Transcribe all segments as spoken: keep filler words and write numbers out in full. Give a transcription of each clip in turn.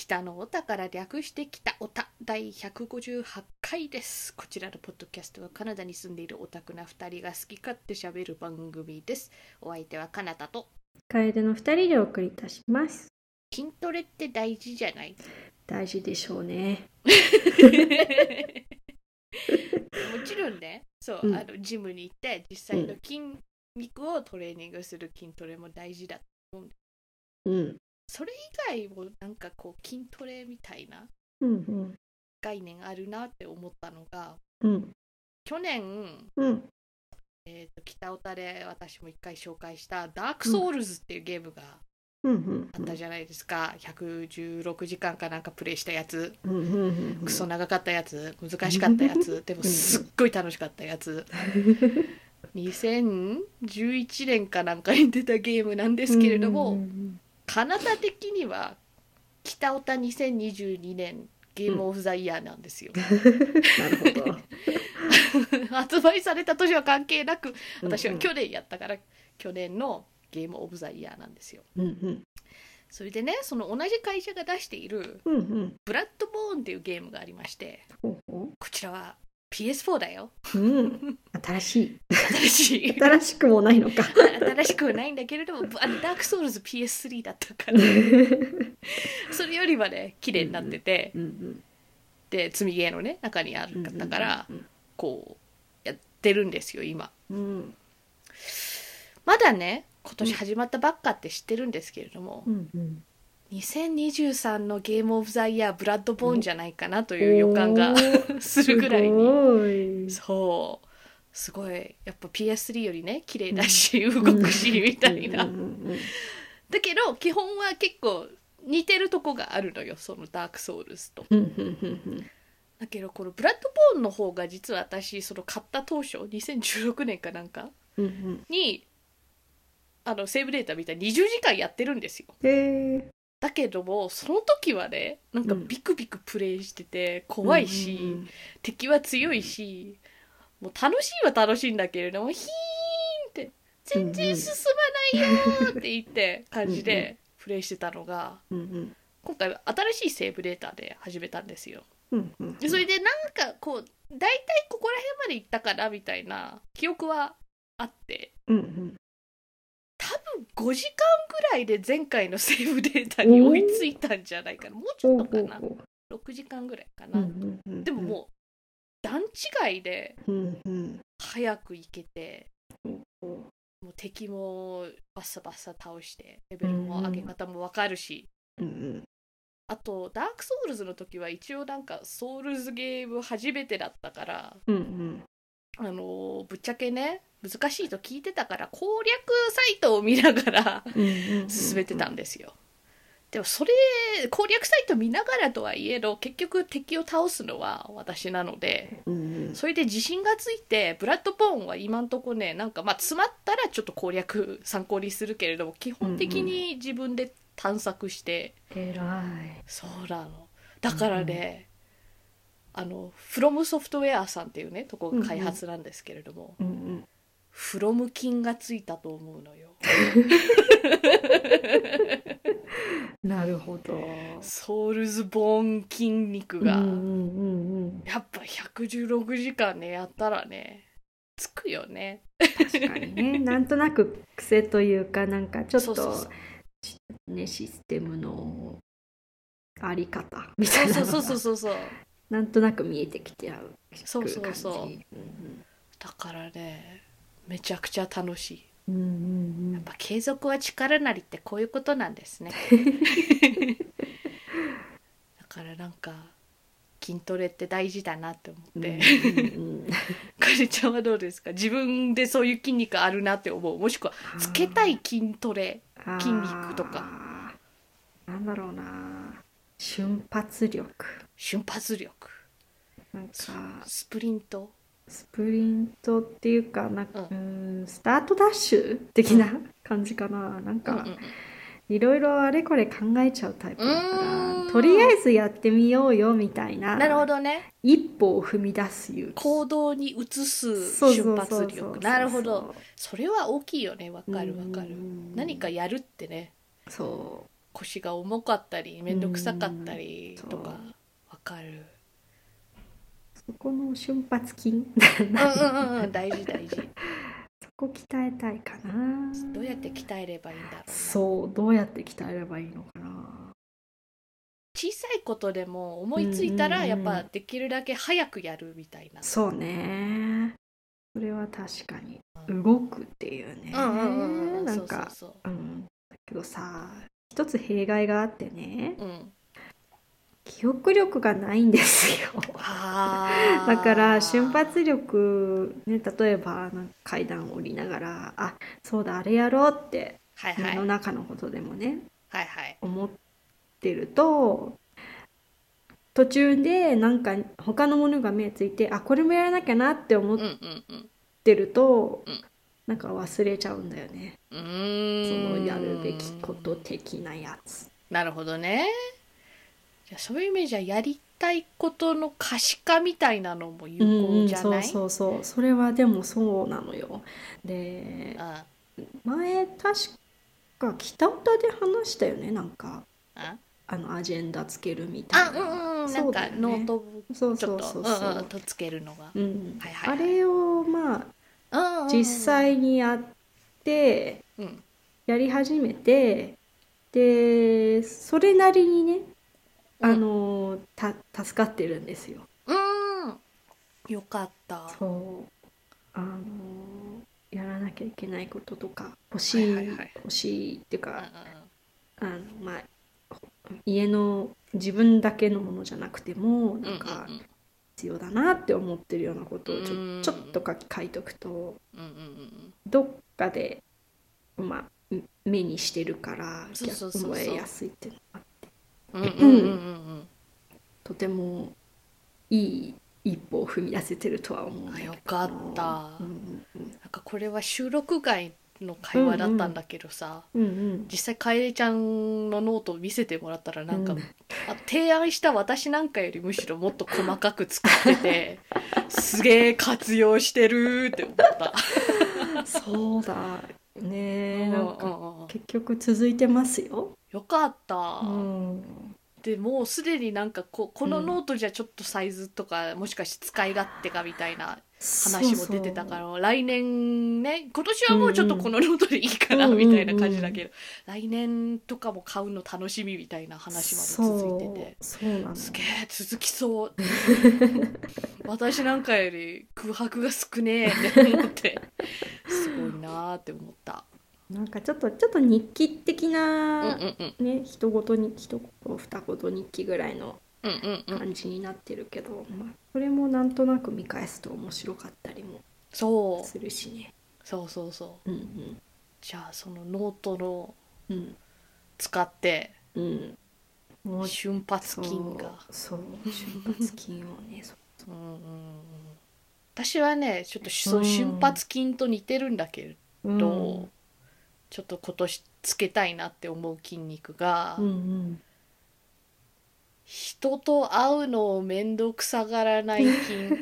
北のオタから略して北オタだいひゃくごじゅうはちかいです。こちらのポッドキャストはカナダに住んでいるオタクなふたりが好き勝手しゃべる番組です。お相手はカナダと楓のふたりでお送りいたします。 筋トレって大事じゃない？ 大事でしょうね。 もちろんね、そう、うん、あのジムに行って実際の筋肉をトレーニングする筋トレも大事だと思うんです。 うん。 それ以外もなんかこう筋トレみたいな概念あるなって思ったのが、 うん、 去年、 うん、 えーと北オタで私も一回紹介したダークソウルズっていうゲームがあったじゃないですか。ひゃくじゅうろくじかんかなんかプレイしたやつ、クソ長かったやつ、難しかったやつ、でもすっごい楽しかったやつにせんじゅういちねんかなんかに出たゲームなんですけれども、カナダ的には北オタにせんにじゅうにねんゲームオブザイヤーなんですよ、 うん、なるほど発売された年は関係なく、私は去年やったから、うんうん、去年のゲームオブザイヤーなんですよ、 うんうん、 それでね、その同じ会社が出している、 うんうん、 ブラッドボーンっていうゲームがありまして、 うんうん、 こちらは ピーエスフォー だよ、 うん、新しい新しい新しくもないのか新しくはないんだけれども、あのダークソウルズ ピーエススリー だったからそれよりはね綺麗になってて、 うんうん、 で積みゲーのね中にある方から、うんうんうん、こうやってるんですよ今、 うん、 まだね今年始まったばっかって知ってるんですけれども、 うんうん、 にせんにじゅうさんのゲームオブザイヤーブラッドボーンじゃないかなという予感がするぐらいに、そうすごいやっぱ ピーエススリー よりね綺麗だし、うん、動くしみたいな、うんうんうん、だけど基本は結構似てるとこがあるのよ、そのダークソウルズと、 うんうんうん、 だけどこのブラッドボーンの方が実は私その買った当初にせんじゅうろくねんかなんかに、うんうん、あのセーブデータみたいににじゅうじかんやってるんですよ。 へー。 だけどもその時はねなんかビクビクプレイしてて怖いし、うんうんうん、敵は強いし、もう楽しいは楽しいんだけれどもヒーンって全然進まないよって言って感じでプレイしてたのが、うんうん、今回新しいセーブデータで始めたんですよ、うんうんうん、でそれでなんかこう大体ここら辺まで行ったかなみたいな記憶はあって、うんうん、多分ごじかんぐらいで前回のセーブデータに追いついたんじゃないかな、もうちょっとかな、ろくじかんぐらいかな、うんうんうんうん、でももう段違いで早く行けて、うんうん、もう敵もバッサバッサ倒してレベルも上げ方も分かるし、うんうん、あとダークソウルズの時は一応なんかソウルズゲーム初めてだったから、うんうん、あのぶっちゃけね難しいと聞いてたから攻略サイトを見ながら進めてたんですよ。でもそれ攻略サイト見ながらとはいえど結局敵を倒すのは私なので、うん、それで自信がついてブラッドボーンは今んとこねなんかまあ詰まったらちょっと攻略参考にするけれども基本的に自分で探索して、 うんうん、偉い。 そうなのだからね、うんうん、あのフロムソフトウェアさんっていうねとこが開発なんですけれども、うんうん、フロム金がついたと思うのよなるほど。 ソウルズボーン筋肉が、うんうんうん、やっぱひゃくじゅうろくじかんねやったらねつくよね。 確かにねなんとなく癖というかなんかちょっとそうそうそう、ね、システムのあり方みたいなのがそうそうそうそうなんとなく見えてきて合うそうそうそう、うんうん、だからねめちゃくちゃ楽しい。うんうんうん、やっぱ継続は力なりってこういうことなんですねだからなんか筋トレって大事だなって思って、うんうんうん、かりちゃんはどうですか？自分でそういう筋肉あるなって思う、もしくはつけたい筋トレ筋肉とか。 なんだろうな、瞬発力瞬発力なんかスプリントスプリントっていうかなんか、うん、スタートダッシュ的な感じかな、なんか、うんうんうん、いろいろあれこれ考えちゃうタイプだからとりあえずやってみようよみたいな、 なるほどね、 一歩を踏み出す勇気、 行動に移す瞬発力、なるほど、それは大きいよね、わかるわかる、何かやるってね、 そう腰が重かったりめんどくさかったりとかわかる。 そこの瞬発筋うんうんうん、大事大事。 そこ鍛えたいかな。 どうやって鍛えればいいんだろうな。 そうどうやって鍛えればいいのかな。 小さいことでも思いついたらやっぱできるだけ早くやるみたいな。 そうね、それは確かに動くっていうね。 うんうんうんうん、 なんかそうそうそう、 うん、だけどさ一つ弊害があってね、 うん、 記憶力がないんですよ。 あだから瞬発力ね、例えばなんか階段降りながらあそうだあれやろうってはいはい目の中のことでもねはいはい思ってると途中でなんか他のものが目ついてあこれもやらなきゃなって思っうんうんうんてると、 うんなんか忘れちゃうんだよね。 うーんそのやるべきこと的なやつ。 なるほどね。じゃあそういう意味じゃやりたいことの可視化みたいなのも有効じゃない？ うんうん、そうそうそうそれはでもそうなのよ。であ前確か北歌で話したよね、なんかああのアジェンダつけるみたいあ、 な。 うんうん、なんかそうだよねノートそうちょっとそうそうそう、 うんうんとつけるのが、 うんはいはいはい、 あれをまあうんうんうん実際にやってうんやり始めて、でそれなりにねあのた助かってるんですよ。 うんよかった。 そうあのやらなきゃいけないこととか欲しい、 はいはいはい、 欲しいっていううんか、あのまあ家の自分だけのものじゃなくてもなんかうんうん必要だなって思ってるようなことをちょ,、 うんちょっと書き書いとくとうんうんうんどっかで、まあ、目にしてるからそうそうそうそう覚えやすいっていうのがうんうんうんうんうんとてもいい一歩を踏み出せてるとは思うんだあけど。 よかった、 うんうんなんかこれは収録外の会話だったんだけどさ、 うんうん実際楓ちゃんのノートを見せてもらったらなんか、 うんあ提案した私なんかよりむしろもっと細かく作っててすげえ活用してるって思った。 そうだね、 うんなんかうんうん結局続いてますよ。 よかった、 うんでもうすでになんかここのノートじゃちょっとサイズとか、もしかして使い勝手かみたいな話も出てたから、来年ね、今年はもうちょっとこのノートでいいかなうんうんみたいな感じだけど、来年とかも買うの楽しみみたいな話まで続いてて、 そうそうなの。 すげえ続きそう私なんかより空白が少ねえって思ってすごいなーって思った。 なんかちょっとちょっと日記的うんな、 うんうんね一言に一言二言日記ぐらいのうんうんうん、 感じになってるけど、まあ、これもなんとなく見返すと面白かったりもそうするしね。 そうそうそううんうんじゃあそのノートのうん使ってうんもう瞬発筋がそうそう瞬発筋をねそうんうんうん私はねちょっとそううん瞬発筋と似てるんだけうど、 うんちょっと今年つけたいなって思う筋肉が、 うんうん人と会うのをめんどくさがらない筋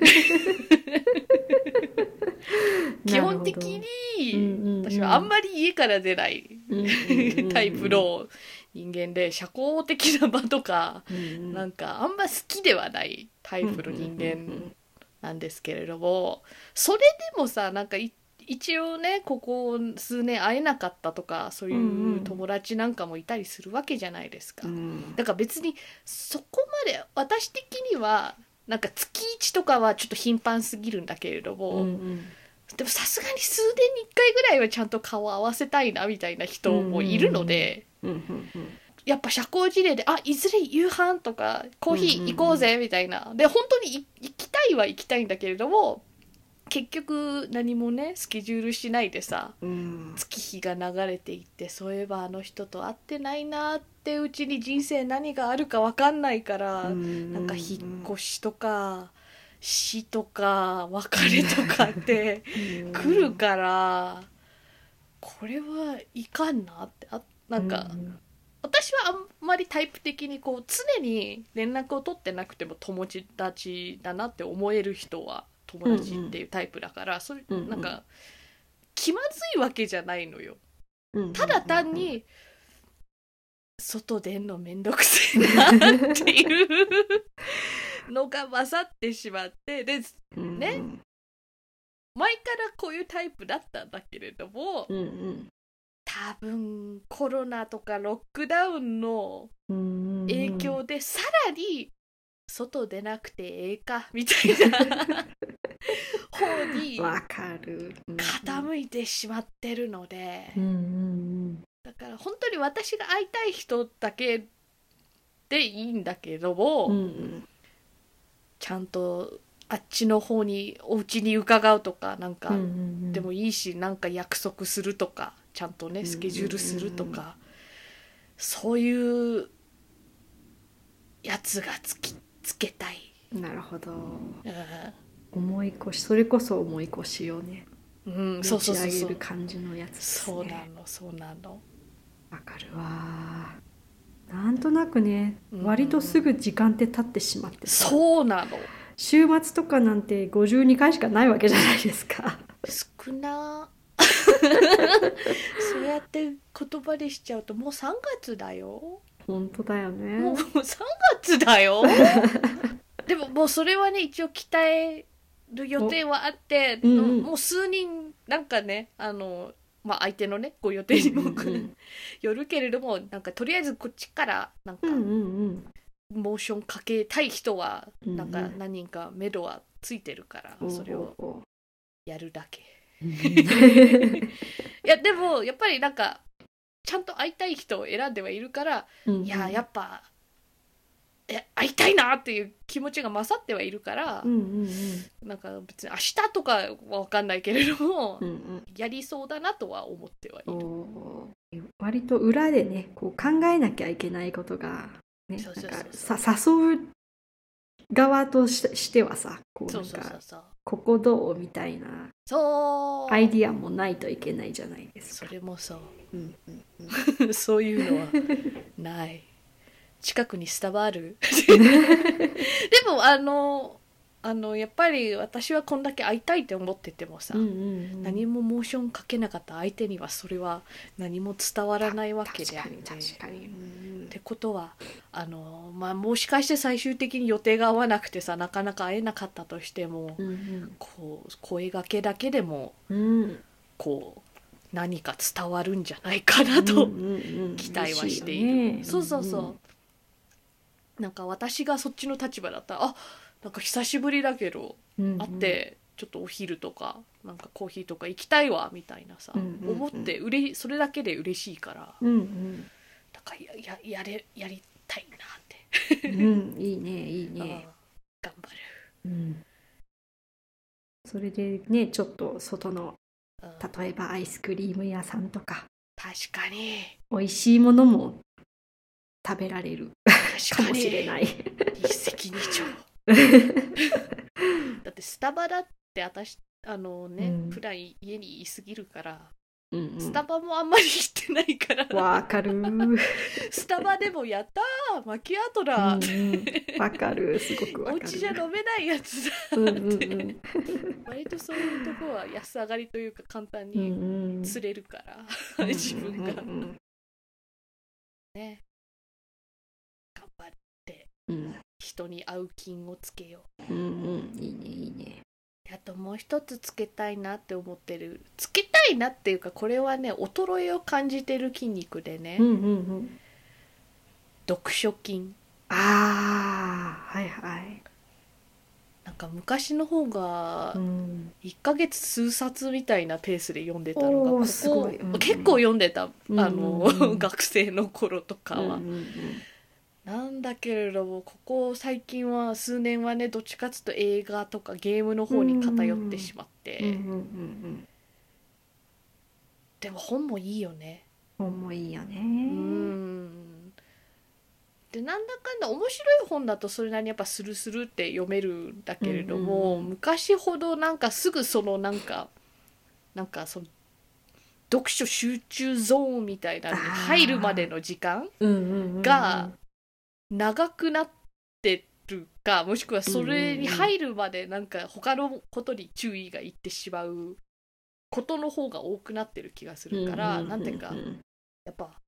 基本的にうんうんうん私はあんまり家から出ないうんうんうんうんタイプの人間で、社交的な場とかうんうんなんかあんま好きではないタイプの人うんうんうん間なんですけれども、それでもさなんかい一応ねここ数年会えなかったとかそういう友達なんかもいたりするわけじゃないですか。 うんだから別にそこまで私的にはなんか月いちとかはちょっと頻繁すぎるんだけれども、 うんうんでもさすがに数年にいっかいぐらいはちゃんと顔を合わせたいなみたいな人もいるので、 うんうんうんやっぱ社交辞令であいずれ夕飯とかコーヒー行こうぜみたいな、で本当にい行きたいは行きたいんだけれども結局何もねスケジュールしないでさうん月日が流れていって、そういえばあの人と会ってないなってうちに人生何があるか分かんないから、 うんなんか引っ越しとか死とか別れとかって来るからこれはいかんなってあなんか、 うん私はあんまりタイプ的にこう常に連絡を取ってなくても友達だなって思える人は友達っていうタイプだから、それなんか気まずいわけじゃないのよ。 うんただ単に外出んのめんどくせえなっていうのが混ざってしまってで、 うんね、前からこういうタイプだったんだけれども、 うんうん、 多分コロナとかロックダウンの影響でさらに外出なくてええかみたいな方に傾いてしまってるので、 うんうんうん、 だから本当に私が会いたい人だけでいいんだけども、 うんうん、 ちゃんとあっちの方にお家に伺うとかなんかでもいいし、なんか約束するとかちゃんとねスケジュールするとか、うんうんうん、そういうやつがつきつけたい。 なるほど、 うん、 重い腰、それこそ重い腰をね、 うん、そうそうそうそう、 持ち上げる感じのやつですね。 そうなのそうなの、 わかるわ。なんとなくね、うん、割とすぐ時間って経ってしまってさ、 そうなの、 週末とかなんてごじゅうにかいしかないわけじゃないですか。 少なそうやって言葉にしちゃうともうさんがつだよ。 本当だよね、 もうさんがつだよでももうそれはね一応鍛える予定はあって、うんうん、もう数人なんかねあの、まあ、相手のねご予定にも、うんうん、よるけれどもなんかとりあえずこっちからなんか、うんうんうん、モーションかけたい人はなんか何人か目処はついてるから、うんうん、それをやるだけいやでもやっぱりなんかちゃんと会いたい人を選んではいるから、うんうん、いややっぱえ会いたいなっていう気持ちが勝ってはいるから、うんうんうん、なんか別に明日とかは分かんないけれども、うんうん、やりそうだなとは思ってはいる。 割と裏でねこう考えなきゃいけないことが、ね、そうそうそうそう、なんかさ誘う側としてはさこうなんかそうそうそうそう、ここどうみたいなそうアイディアもないといけないじゃないですか。 それもそう、うんうんうん、そういうのはない近くにスタバあるでもあのあのやっぱり私はこんだけ会いたいって思っててもさ、うんうんうん、何もモーションかけなかった相手にはそれは何も伝わらないわけであって、確かに、うん、ってことはあの、まあ、もしかして最終的に予定が合わなくてさなかなか会えなかったとしても、うんうん、こう声がけだけでも、うん、こう何か伝わるんじゃないかなと、うんうんうん、期待はしている、ね、そうそうそう、うんうん、なんか私がそっちの立場だったらあなんか久しぶりだけど、うんうん、会ってちょっとお昼とかなんかコーヒーとか行きたいわみたいなさ、うんうんうん、思ってうれそれだけで嬉しいから、うんうん、だからややれやりたいなって、 うん、いいねいいね、 頑張る、 うん、それでねちょっと外の例えばアイスクリーム屋さんとか確かに美味しいものも食べられるかもしれない。 一石二鳥だってスタバだって私あのね、うん、普段家にいすぎるから、うんうん、スタバもあんまり行ってないからわかるスタバでもやったーマキアートだわ、うんうん、かるすごくわかるお家じゃ飲めないやつだってうんうん、うん、割とそういうとこは安上がりというか簡単に釣れるから、うんうん、自分が、うんうん、ね頑張って、うん、人に会う筋をつけよう、うんうん、いいねいいね。 あともう一つつけたいなって思ってるつけたいなっていうかこれはね衰えを感じてる筋肉でね、うんうんうん、読書筋。 あーはいはい、 なんか昔の方がいっかげつ数冊みたいなペースで読んでたのがここすごい、うんうん、結構読んでた、うんうん、あの学生の頃とかは、うんうんうん、なんだけれどもここ最近は数年はねどっちかつと映画とかゲームの方に偏ってしまって、うんうんうんうん、でも本もいいよね。 本もいいよね。 うんでなんだかんだ面白い本だとそれなりにやっぱスルスルって読めるんだけれども、うんうん、昔ほどなんかすぐそのなんかなんかその読書集中ゾーンみたいなのに入るまでの時間が長くなってるかもしくはそれに入るまでなんか他のことに注意がいってしまうことの方が多くなってる気がするから、なんていうかやっぱ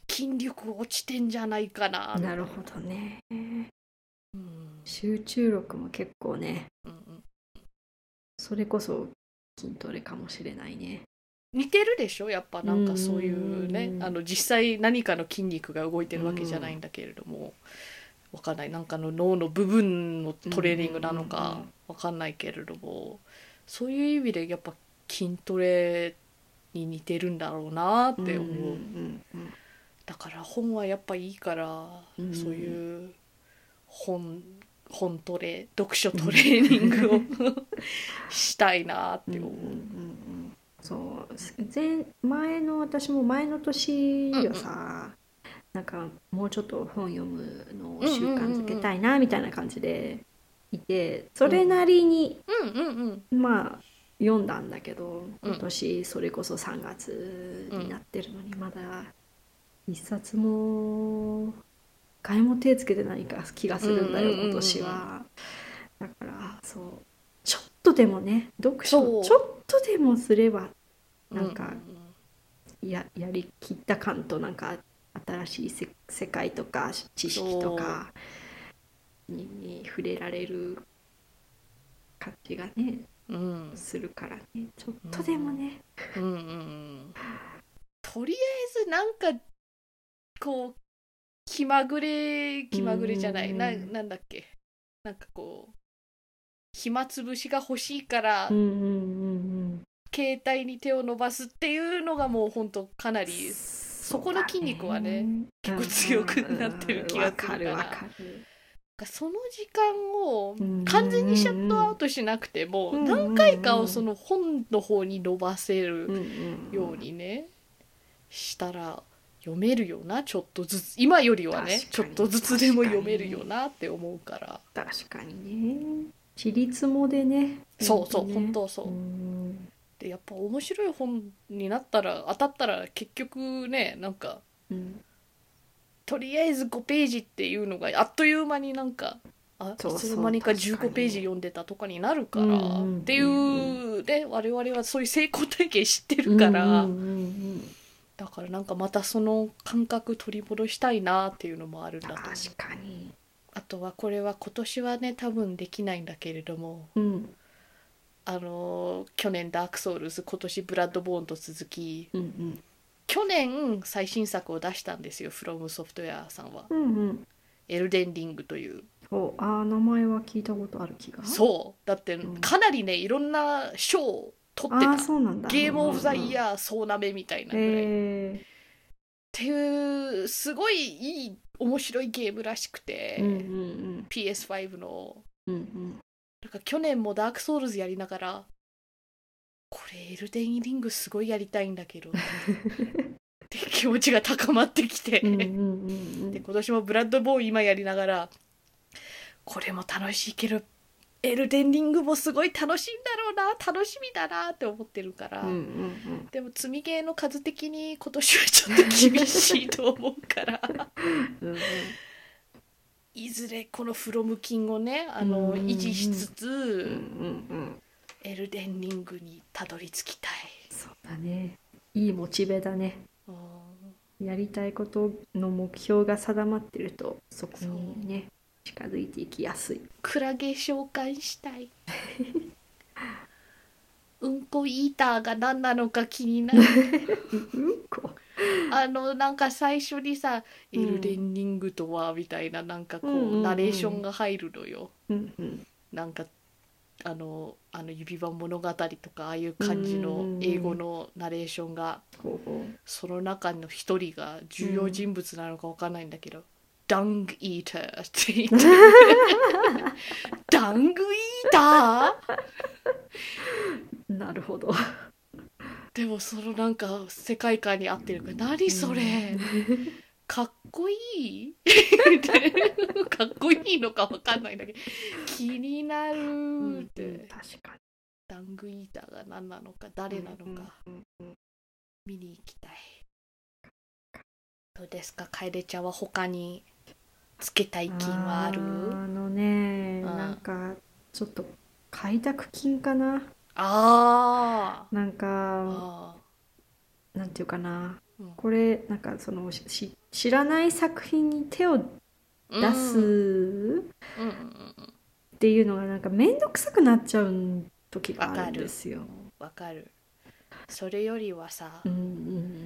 筋力落ちてんじゃないかな。 なるほどね。 うん、 集中力も結構ね、 うんうん、 それこそ筋トレかもしれないね。 似てるでしょやっぱなんかそういうね、 うんあの実際何かの筋肉が動いてるわけじゃないんだけれども、わかんない、なんかの脳の部分のトレーニングなのかわかんないけれども、そういう意味でやっぱ筋トレに似てるんだろうなって思う、 うんうんうんだから本はやっぱいいから、 うんそういう本本トレ読書トレーニングをしたいなって思う、 うんうんうんうんそう前前の私も前の年はさ、なんかもうちょっと本読むのを習慣づけたいなみたいな感じでいて、それなりに、 うんうんうん、 まあ読んだんだけど、 うん今年それこそさんがつになってるのにまだ一冊も一回も手つけてないか気がするんだよ、 うんうんうんうん今年は。だからそうちょっとでもね読そう書ちょっとでもすればなんかうんや、やりきった感となんか新しいせ世界とか知識とかにに触れられる感じがねうんするからね、ちょっとでもね、 うんうんうん、とりあえずなんかこう気まぐれ気まぐれじゃない、 うんな、なんだっけ、なんかこう暇つぶしが欲しいからうんうんうんうん携帯に手を伸ばすっていうのがもうほんとかなりそこの筋肉はね結構強くなってる気がするから、 うんうんうんわかるわかる。 その時間を完全にシャットアウトしなくてもうんうんうん何回かをその本の方に伸ばせるうんうんようにねしたら読めるよな、ちょっとずつ今よりはねちょっとずつでも読めるよなって思うから。 確かにね、ちりつもでね、 そうそう、 ね、 本当そう、 うんでやっぱ面白い本になったら当たったら結局ねなんかうんとりあえずごページっていうのがあっという間になんかあそうそういつの間にか確かにじゅうごページ読んでたとかになるから、 うんうんっていうね我々はそういう成功体験知ってるから、 うんうんうんだからなんかまたその感覚取り戻したいなっていうのもあるんだと思う。 確かに、 あとはこれは今年はね多分できないんだけれども、 うんあの去年ダークソウルズ、今年ブラッドボーンと続き、 うんうん去年最新作を出したんですよフロムソフトウェアさんは、 うんうんエルデンリングという。 おあー名前は聞いたことある気が。 そうだってうんかなりねいろんな賞を取ってあた、 ーそうなんだ、 ゲームオブザイーヤー総なめみたいなぐらい、 えっていうすごいいい面白いゲームらしくて、 ー、うんうんピーエスファイブ のうんうんなんか去年もダークソウルズやりながらこれエルデンリングすごいやりたいんだけどって気持ちが高まってきて、 うんうんうんうんで今年もブラッドボーン今やりながらこれも楽しいけどエルデンリングもすごい楽しいんだろうな、楽しみだなって思ってるから、 うんうんでも積みゲーの数的に今年はちょっと厳しいと思うからうんうんいずれこのフロム金をねあのうん維持しつつ、 うんうんうんエルデンリングにたどり着きたい。 そうだね、いいモチベだね。 うんやりたいことの目標が定まってるとそこにね近づいていきやすい。 クラゲ召喚したいうんこイーターが何なのか気になるうんこあのなんか最初にさ「エうんルデンリングとは」みたいななんかこう、 うんうんうんナレーションが入るのよ。 うんうんなんかあのあの指輪物語とかああいう感じの英語のナレーションが、 ほうほその中の一人が重要人物なのか分かんないんだけど、ダングイーターって言ってダングイータうなるほど。 ーでもそのなんか世界観に合ってるから何それ、かっこいいかっこいいのか分かんないんだけど気になるって、 うん確かダングイーターが何なのか誰なのか、 うんうんうん見に行きたい。どうですか楓ちゃんは他につけたい金はある？ あのね、 うんなんかちょっと開拓金かな。 あーなんかあなんていうかな、 うんこれなんかそのし知らない作品に手を出すうんうんうんうんっていうのがなんか面倒くさくなっちゃう時があるんわかるですよ。 わかる。それよりはさ、 うんうん、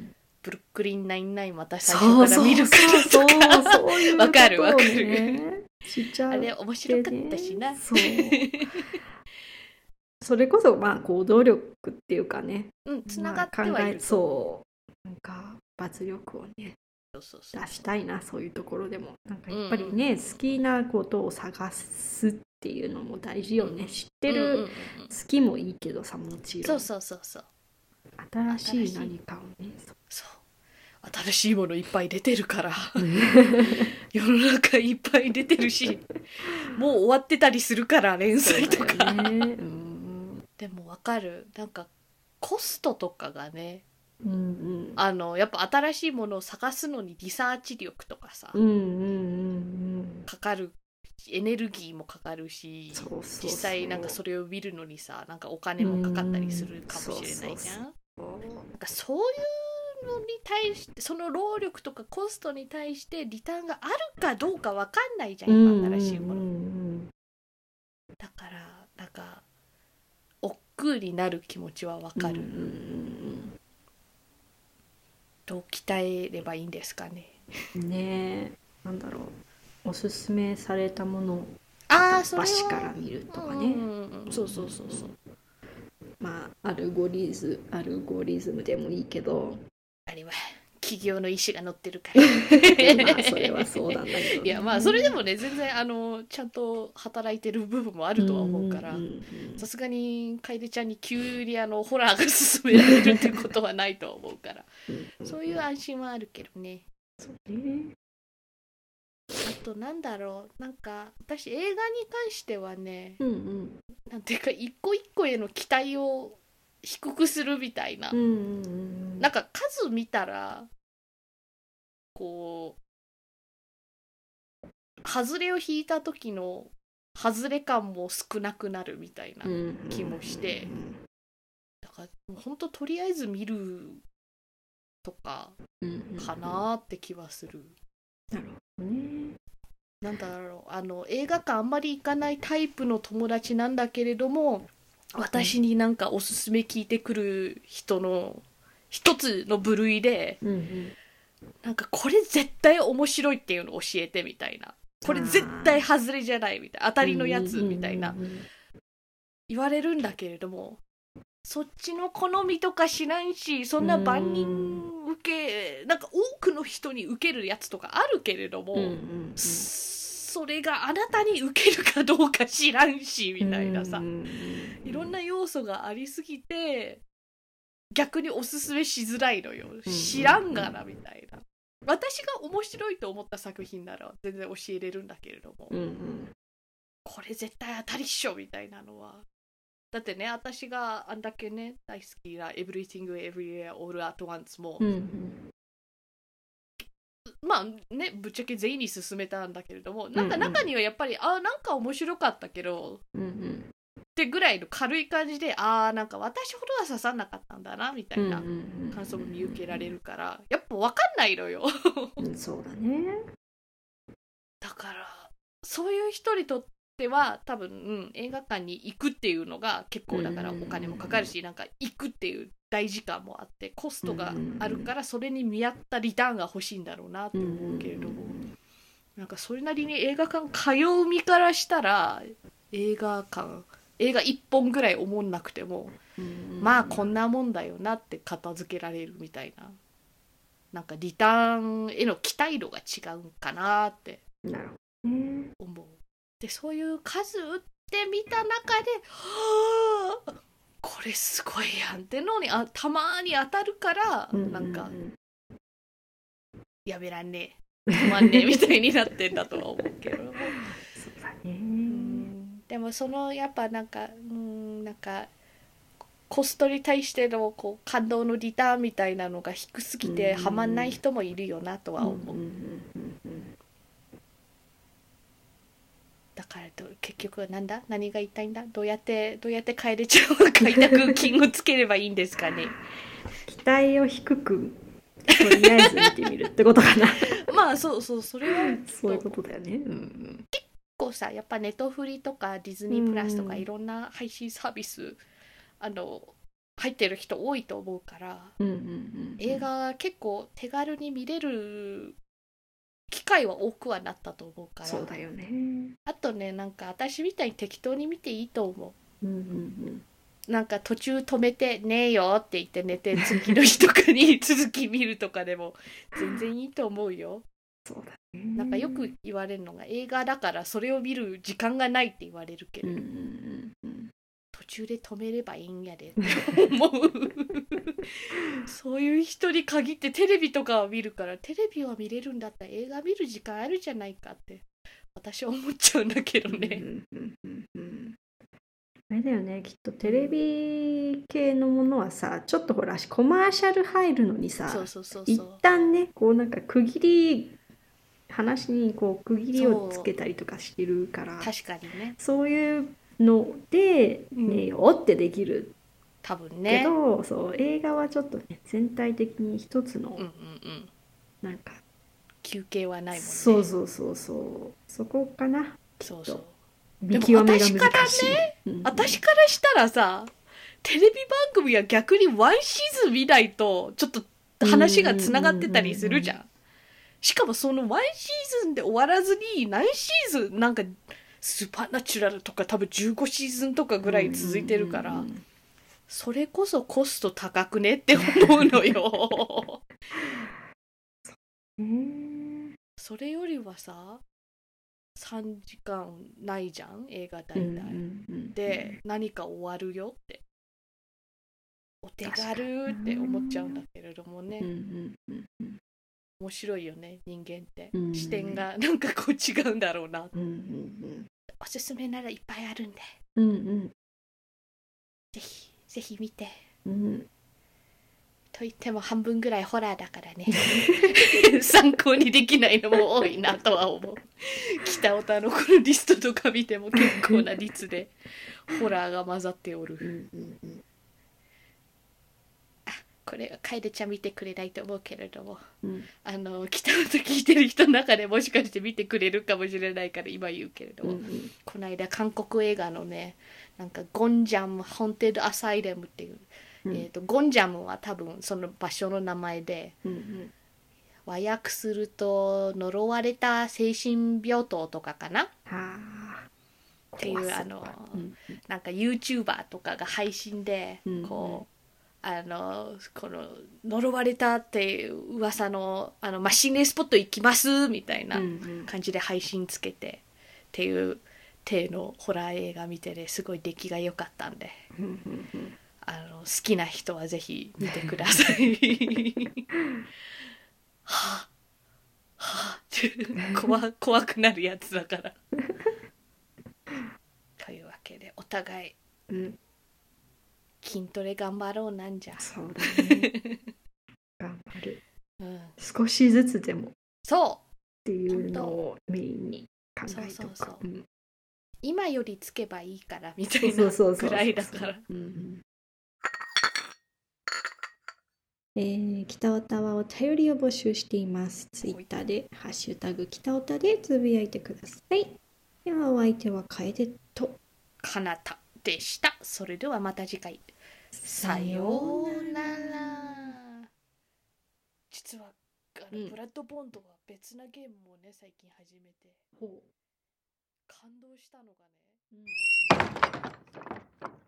ブルックリンナインナインまた最初そうから見るかそうそうらとかそうそういうわかることをわかる。 ねしちゃあうれ面白かったしな。 そうそれこそまあ行動力っていうかね、 うん、つながまあ、考えってはいると思う。 そうなんか脱力をねそうそうそう出したいな、そういうところでもなんかうんやっぱりね、 うん好きなことを探すっていうのも大事よね、 うん知ってうんうんうんる、好きもいいけどさ、もちろんそうそうそうそう新しい何かをねそう新しいものいっぱい出てるから世の中いっぱい出てるしもう終わってたりするから連載とか、 ね、うんでもわかる。なんかコストとかがね、 うんうんあのやっぱ新しいものを探すのにリサーチ力とかさ、 うんうんうんかかるエネルギーもかかるし、 そうそうそう実際なんかそれを見るのにさ、なんかお金もかかったりするかもしれないじゃん。 うんそうなんかそういうのに対して、その労力とかコストに対してリターンがあるかどうかわかんないじゃん、今新しいもの、 うんうんだからなんか億劫になる気持ちはわかる、 うんうんどう鍛えればいいんですかね。 うんねえなんだろう、おすすめされたものをああ、 片っ端から見るとかね、 うんうんうん、そうそうそうそう、 まあアルゴリズアルゴリズムでもいいけどあれは企業の意思が乗ってるからまあそれはそうなんだけど、ね、 いやまあそれでもね全然あのちゃんと働いてる部分もあるとは思うからさすがに楓ちゃんに急にあのホラーが勧められるっていうことはないと思うからそういう安心はあるけどね。 そうね、 あとなんだろう、なんか私映画に関してはね、 うんうんなんていうか一個一個への期待を低くするみたいな、 うんうんうんなんか数見たらこう外れを引いた時の外れ感も少なくなるみたいな気もして、だからもうほんととりあえず見るとかかなーって気はする。 なるほどね。 なんだろう、あの映画館あんまり行かないタイプの友達なんだけれども、私になんかおすすめ聞いてくる人の一つの部類で、 うんうん、 なんかこれ絶対面白いっていうのを教えてみたいな、これ絶対外れじゃないみたいな、当たりのやつみたいな言われるんだけれども、そっちの好みとか知らんし、そんな万人受け、なんか多くの人に受けるやつとかあるけれども、うんうんうん、それがあなたに受けるかどうか知らんしみたいなさ、うんうんうん、いろんな要素がありすぎて逆におすすめしづらいのよ、知らんがなみたいな。私が面白いと思った作品なら全然教えれるんだけれども、うんうん、これ絶対当たりっしょみたいなのは、だってね、私があんだけね大好きな Everything Everywhere All at Once も、うんうん、まあねぶっちゃけ全員に勧めたんだけれども、なんか中にはやっぱり、うんうん、あなんか面白かったけど、うんうん、ってぐらいの軽い感じで、あなんか私ほどは刺さんなかったんだなみたいな感想も見受けられるから、やっぱ分かんないのよそうだね。 だからそういう人にとってでは多分、うん、映画館に行くっていうのが結構だからお金もかかるし、なんか行くっていう大時間もあってコストがあるから、それに見合ったリターンが欲しいんだろうなって思うけれども、なんかそれなりに映画館通う身からしたら映画館映画いっぽんぐらい思んなくても、まあこんなもんだよなって片付けられるみたいな、なんかリターンへの期待度が違うかなって思う。でそういう数打ってみた中で、はあこれすごいやんってのにあたまに当たるから、うんうんうん、なんかやめらんねえ止まんねえみたいになってんだとは思うけどそうだね、うん、でもそのやっぱなんか、うん、なんかコストに対してのこう感動のリターンみたいなのが低すぎてハマんない人もいるよなとは思う、うんうんうんうんだから結局はなんだ何が言いたいんだ、どうやってどうやって楓ちゃんを開拓金をつければいいんですかね。 期待を低くとりあえず見てみるってことかな。 まあそうそう、それはそういうことだよね。うん、 結構さ、やっぱネトフリとかディズニープラスとかいろんな配信サービスあの入ってる人多いと思うから、 うんうんうんうん、 映画結構手軽に見れる機会は多くはなったと思うから。 そうだよね。 あとね、なんか私みたいに適当に見ていいと思う。うんうんうん、 なんか途中止めてねえよって言って寝て次の日とかに続き見るとかでも全然いいと思うよ。 そうだね。 なんかよく言われるのが、映画だからそれを見る時間がないって言われるけど、 うんうんうん、 途中で止めればいいんやでって思うそういう人に限ってテレビとかは見るから、テレビは見れるんだったら映画見る時間あるじゃないかって私は思っちゃうんだけどね。 うんうんうんうん、あれだよね、きっとテレビ系のものはさ、ちょっとほらコマーシャル入るのにさ、 そうそうそうそう、 一旦ねこうなんか区切り話にこう区切りをつけたりとかしてるから、 確かにね、 そういうので寝ようってできる、 多分ね。 けどそう映画はちょっとね全体的に一つの、 うんうんうん、 なんか休憩はないもんね。 そうそうそうそう、そこかな。 そうそう。 見極めが難しい。 でも私からね、うんうん、私からしたらさ、テレビ番組は逆にワンシーズン見ないとちょっと話がつながってたりするじゃん。しかもそのワンシーズンで終わらずに何シーズン、なんかスーパーナチュラルとか多分じゅうごシーズンとかぐらい続いてるから、うんうんうん、それこそコスト高くねって思うのよそれよりはさ、さんじかんないじゃん映画大体、うんうんうん、で何か終わるよってお手軽って思っちゃうんだけれどもね、うんうんうんうん、面白いよね人間って、うんうん、視点がなんかこう違うんだろうな、うんうんうん、おすすめならいっぱいあるんで、うんうん、ぜひぜひ見て、うん、と言っても半分ぐらいホラーだからね参考にできないのも多いなとは思う北オタのこのリストとか見ても結構な率でホラーが混ざっておる、うんうんうん、あ、これは楓ちゃん見てくれないと思うけれども、うん、あの北オタ聞いてる人の中でもしかして見てくれるかもしれないから今言うけれども、うんうん、この間韓国映画のね、なんかゴンジャム・ホンテッド・アサイレムっていう、うん、えーと、ゴンジャムは多分その場所の名前で、うんうん、和訳すると呪われた精神病棟とかかなっていう、あの、うん、なんか YouTuber とかが配信で、うんうん、こうあのこの呪われたっていう噂の、あのマシンレースポット行きますみたいな感じで配信つけて、うんうん、っていう体のホラー映画見てね、すごい出来が良かったんで、うんうんうん、あの好きな人はぜひ見てくださいはぁはぁ怖怖くなるやつだからというわけでお互い、うん、筋トレ頑張ろうなんじゃ。 そうだね頑張る、うん、少しずつでもそうっていうのをメインに考えとか、そうそうそう、うん、 今よりつけばいいからみたいなぐらいだから。 えー、北オタはお便りを募集しています。ツイッターでハッシュタグ北オタでつぶやいてください。ではお相手は楓とかなたでした。それではまた次回。さようなら。実はあの、うん、ブラッドボンドは別なゲームもね最近始めて、ほう感動したのがね、うん